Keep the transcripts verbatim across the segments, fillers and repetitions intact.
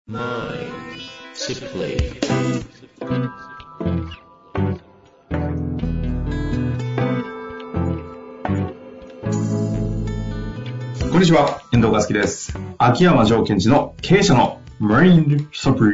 Mind to play. こんにちは、遠藤和樹です。秋山城賢治の経営者のマインドサプリ。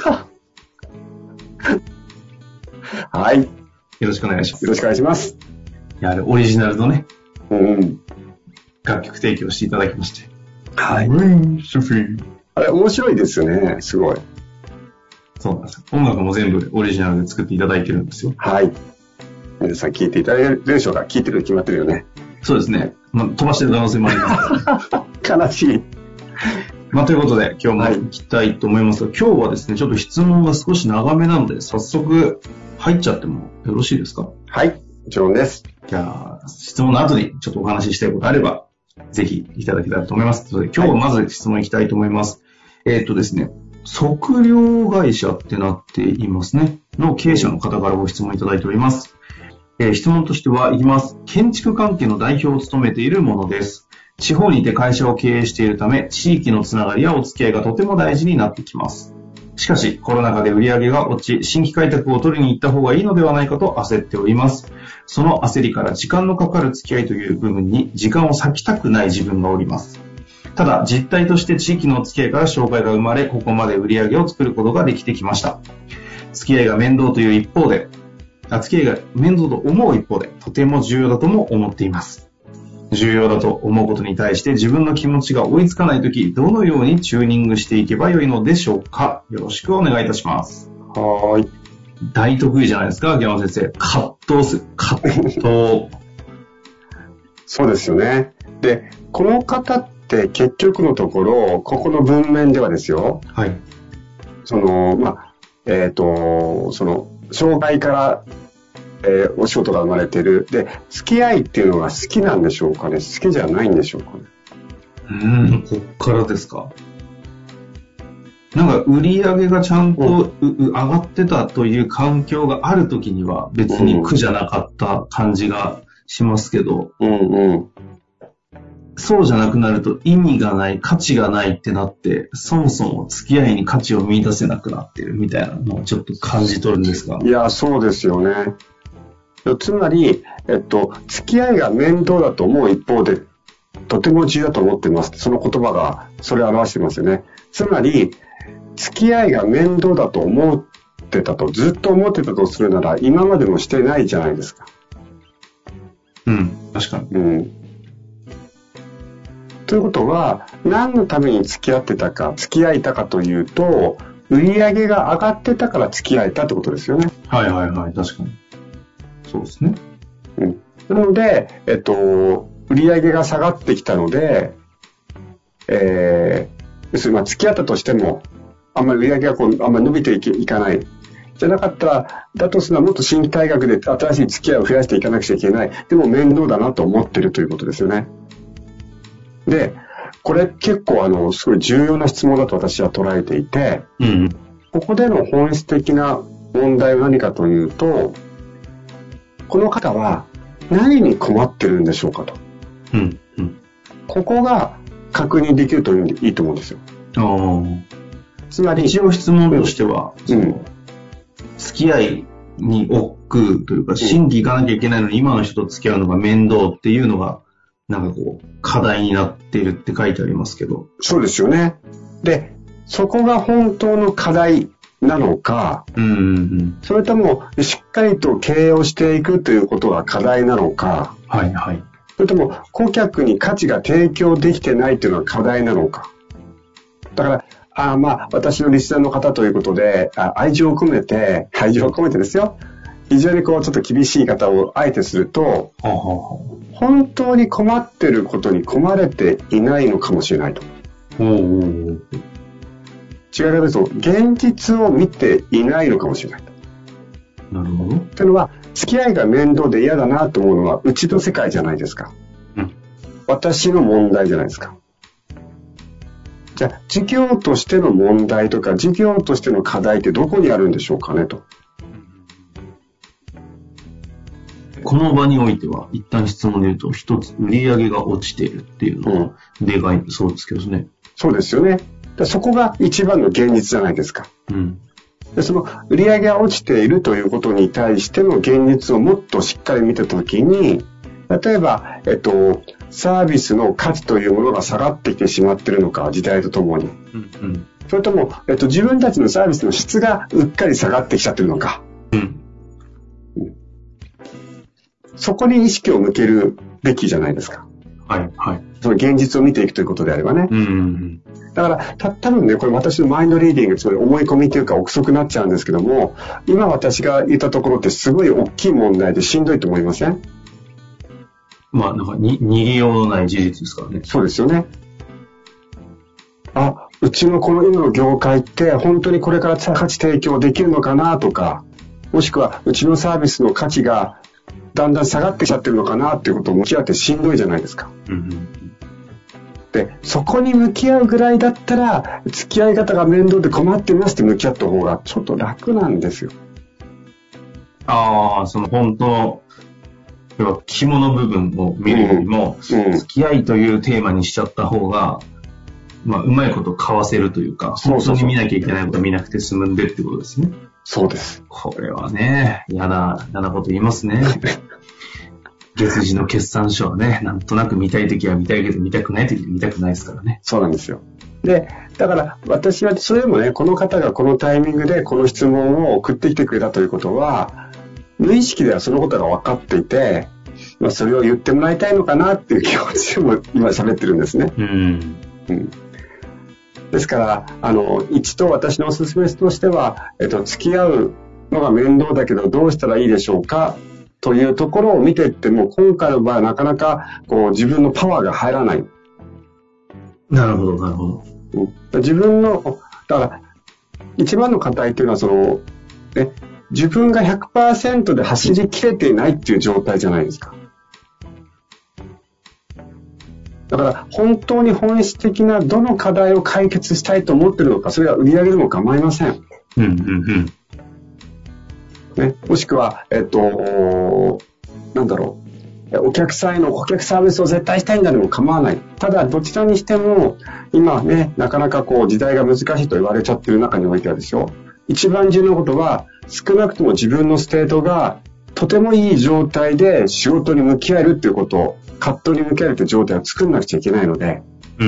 はい。よよろしくお願いします。 ろしくお願いします。 いや、オリジナルのね、 うん、 楽曲提供していただきまして。 はい。 マインドサプリ。 あれ、面白いですよね。すごい。 そうなんですよ。音楽も全部オリジナルで作っていただいてるんですよ。 はい。皆さん聞いていただいてるでしょうか？聞いてるに決まってるよね。 そうですね。まあ、飛ばしてる可能性もあります。 悲しい。 まあ、ということで、今日も行きたいと思いますが、はい、今日はですね、ちょっと質問が少し長めなので、早速入っちゃってもよろしいですか？ はい。もちろんです。 じゃあ、質問の後にちょっとお話ししたいことあれば、ぜひいただけたらと思います。今日はまず質問いきたいと思います。はい、えーっとですね、測量会社ってなっていますね。の経営者の方からご質問いただいております。えー、質問としてはいきます。建築関係の代表を務めているものです。地方にて会社を経営しているため、地域のつながりやお付き合いがとても大事になってきます。しかし、コロナ禍で売り上げが落ち、新規開拓を取りに行った方がいいのではないかと焦っております。その焦りから時間のかかる付き合いという部分に時間を割きたくない自分がおります。ただ、実態として地域の付き合いから紹介が生まれ、ここまで売り上げを作ることができてきました。付き合いが面倒という一方で、付き合いが面倒と思う一方で、とても重要だとも思っています。重要だと思うことに対して自分の気持ちが追いつかないとき、どのようにチューニングしていけばよいのでしょうか？よろしくお願いいたします。 はーい。 大得意じゃないですか、秋山先生。葛藤する。葛藤。 そうですよね。で、この方って結局のところ、ここの文面ではですよ。 はい。 その、まあ、えっと、その、障害から、えー、お仕事が生まれている。で、付き合いっていうのが好きなんでしょうかね？好きじゃないんでしょうかね？ うーん、こっからですか。なんか売り上げがちゃんと、うん、上がってたという環境があるときには別に苦じゃなかった感じがしますけど、 うんうん、 そうじゃなくなると意味がない、価値がないってなって、そもそも付き合いに価値を見出せなくなってるみたいなのをちょっと感じ取るんですが。 いや、そうですよね。つまり、えっと、付き合いが面倒だと思う一方で、とても重要だと思っています。その言葉がそれを表していますよね。つまり、付き合いが面倒だと思ってたと、ずっと思ってたとするなら、今までもしてないじゃないですか。 うん、確かに。 うん。ということは、何のために付き合ってたか、付き合いたかというと、売り上げが上がってたから付き合えたってことですよね。 はいはいはい、確かに。そうですね。 うん。なので、えっと、売り上げが下がってきたので、えー、要するにまあ付き合ったとしても、あんまり売り上げがこう、あんまり伸びていけ、いかない。じゃなかったら、だとするのはもっと新規開拓で新しい付き合いを増やしていかなくちゃいけない。でも面倒だなと思ってるということですよね。で、これ結構あの、すごい重要な質問だと私は捉えていて、 うん、 ここでの本質的な問題は何かというと、この方は何に困ってるんでしょうかと。 うんうん、ここが確認できるというのでいいと思うんですよ。 あ、つまり一応質問としては、うん、その付き合いに億劫というか、新規行かなきゃいけないのに今の人と付き合うのが面倒っていうのが、なんかこう、課題になっているって書いてありますけど。 そうですよね。で、そこが本当の課題なのか、 うんうんうん、 それともしっかりと経営をしていくということが課題なのか、 はいはい、 それとも顧客に価値が提供できてないというのが課題なのか。だから、あまあ、私のリスナーの方ということで、あ愛情を込めて、愛情を込めてですよ。非常にこう、ちょっと厳しい言い方をあえてすると、はあはあ、本当に困っていることに困れていないのかもしれないと。 おうおうおう、 違いがですと、現実を見ていないのかもしれないと。 なるほど。 というのは、付き合いが面倒で嫌だなと思うのは、うちの世界じゃないですか。うん。私の問題じゃないですか。じゃあ、事業としての問題とか、事業としての課題ってどこにあるんでしょうかねと。 この場においては、一旦質問で言うと、一つ売り上げが落ちているっていうのは、例外そうですけどね。 そうですよね。 でそこが一番の現実じゃないですか。 うん。 でその売上が落ちているということに対しての現実をもっとしっかり見たときに、例えば、えっと、サービスの価値というものが下がってきてしまっているのか、時代とともに。 うんうん、 それとも、えっと、自分たちのサービスの質がうっかり下がってきちゃってるのか。 うんうん、そこに意識を向けるべきじゃないですか。 はいはい。 その現実を見ていくということであればね。 うんうん、 だから、た、多分ね、これ私のマインドリーディング、つまり思い込みというか憶測になっちゃうんですけども、今私が言ったところってすごい大きい問題でしんどいと思いません？ まあ、なんかに、逃げようのない事実ですからね。 そうですよね。あ、うちのこの今の業界って本当にこれから価値提供できるのかなとか、もしくはうちのサービスの価値がだんだん下がってきちゃってるのかなっていうことを向き合ってしんどいじゃないですか。 うんうん、 で、そこに向き合うぐらいだったら、付き合い方が面倒で困ってますって向き合った方がちょっと楽なんですよ。 ああ、その本当の、要は肝の部分を見るよりも、うんうん、付き合いというテーマにしちゃった方が、まあ、うまいこと交わせるというか、 そうそうそう、 本当に見なきゃいけないことは見なくて済むんでってことですね。 そうです。 これはね、嫌な、嫌なこと言いますね。月次の決算書はね、なんとなく見たいときは見たいけど、見たくないときは見たくないですからね。 そうなんですよ。で、だから私はそれでもね、この方がこのタイミングでこの質問を送ってきてくれたということは、無意識ではそのことが分かっていて、まあ、それを言ってもらいたいのかなっていう気持ちでも今喋ってるんですね。 うん。 うん。ですから、あの、一度私のおすすめとしては、えっと、付き合うのが面倒だけどどうしたらいいでしょうかというところを見ていっても、今回の場合はなかなかこう自分のパワーが入らない。 なるほど、なるほど。 うん、自分の、だから、一番の課題というのは、その、ね、自分が ひゃくパーセント で走りきれていないっていう状態じゃないですか。だから本当に本質的などの課題を解決したいと思っているのか、それは売り上げでも構いません。 うんうんうんね、もしくは、えっと、なんだろう、お客さんへの顧客サービスを絶対したいんだでも構わない。ただどちらにしても今ね、なかなかこう時代が難しいと言われちゃってる中においてはですよ、一番重要なことは少なくとも自分のステートがとてもいい状態で仕事に向き合えるっていうことを、葛藤に向き合えるという状態を作らなくちゃいけないので、 うん、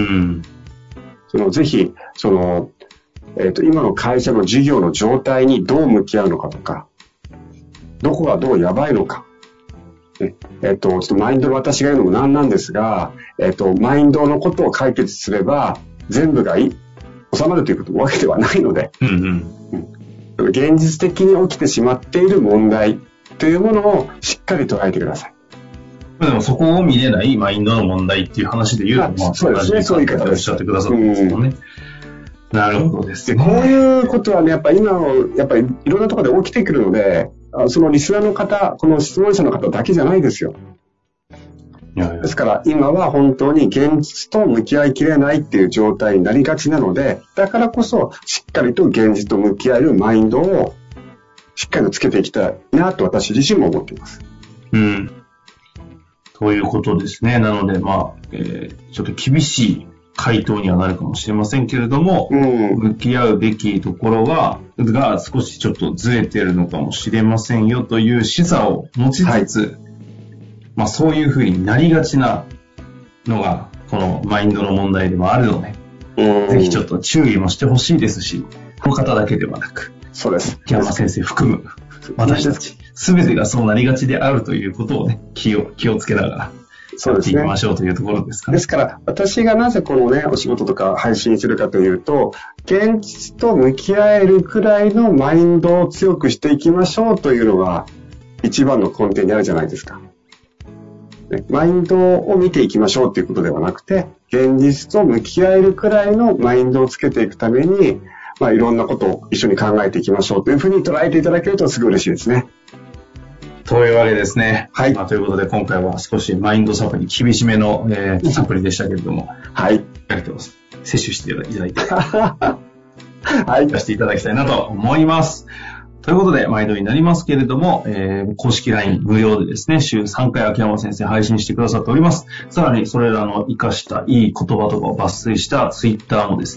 そのぜひその、えーと、今の会社の事業の状態にどう向き合うのかとか、どこがどうやばいのか、ね、えーと、ちょっとマインドの私が言うのもなんなんですが、えーと、マインドのことを解決すれば全部がい収まるということわけではないので、 うんうんうん、現実的に起きてしまっている問題というものをしっかり捉えてください。 でもそこを見れないマインドの問題っていう話で言うと、まあ、 そうですね、そういう方おっしゃってくださったんですけどね。なるほどですね。 こういうことはね、やっぱり今の、やっぱりいろんなところで起きてくるので、そのリスナーの方、この質問者の方だけじゃないですよ。 いやいやですから今は本当に現実と向き合いきれないっていう状態になりがちなので、だからこそしっかりと現実と向き合えるマインドをしっかりとつけていきたいなと私自身も思っています。 うん。ということですね。なので、まあ、えー、ちょっと厳しい回答にはなるかもしれませんけれども、 うん、 向き合うべきところは、が少しちょっとずれてるのかもしれませんよという示唆を持ちつつ、はい、まあそういうふうになりがちなのが、このマインドの問題でもあるので、 うん、 ぜひちょっと注意もしてほしいですし、この方だけではなく、 そうです。 木山先生含む私たち、すべてがそうなりがちであるということをね、気を、気をつけながら、やっていきましょうというところですかね。 ですから、私がなぜこのね、お仕事とか配信するかというと、現実と向き合えるくらいのマインドを強くしていきましょうというのが、一番の根底にあるじゃないですか。ね、マインドを見ていきましょうということではなくて、現実と向き合えるくらいのマインドをつけていくために、まあ、いろんなことを一緒に考えていきましょうというふうに捉えていただけるとすごい嬉しいですね。 というわけですね。 はい。 まあ、ということで今回は少しマインドサプリ、厳しめの、えー、サプリでしたけれども、 はい。 ありがとうございます。摂取していただいて、 はい。 出していただきたいなと思います。ということで、毎度になりますけれども、えー、公式 ライン 無料でですね、週さんかい秋山先生配信してくださっております。さらに、それらの活かしたいい言葉とかを抜粋したツイッターのですね、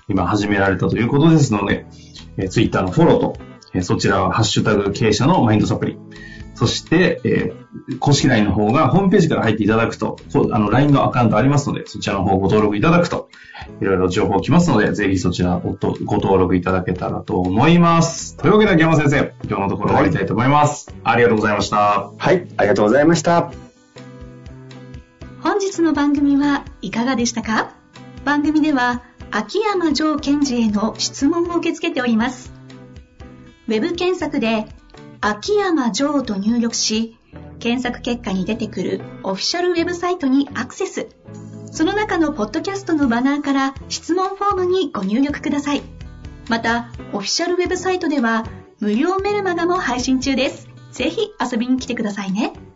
今始められたということですので、えー、Twitter のフォローと、えー、そちらはハッシュタグ経営者のマインドサプリ。そして、えー、公式 ライン の方がホームページから入っていただくと、あの ライン のアカウントありますので、そちらの方をご登録いただくと、いろいろ情報来ますので、ぜひそちらをご登録いただけたらと思います。というわけで、秋山先生、今日のところ終わりたいと思います。はい、ありがとうございました。 はい、ありがとうございました。 本日の番組はいかがでしたか？番組では、秋山城賢治への質問を受け付けております。ウェブ検索で、秋山城と入力し、検索結果に出てくるオフィシャルウェブサイトにアクセス。その中のポッドキャストのバナーから質問フォームにご入力ください。また、オフィシャルウェブサイトでは無料メルマガも配信中です。ぜひ遊びに来てくださいね。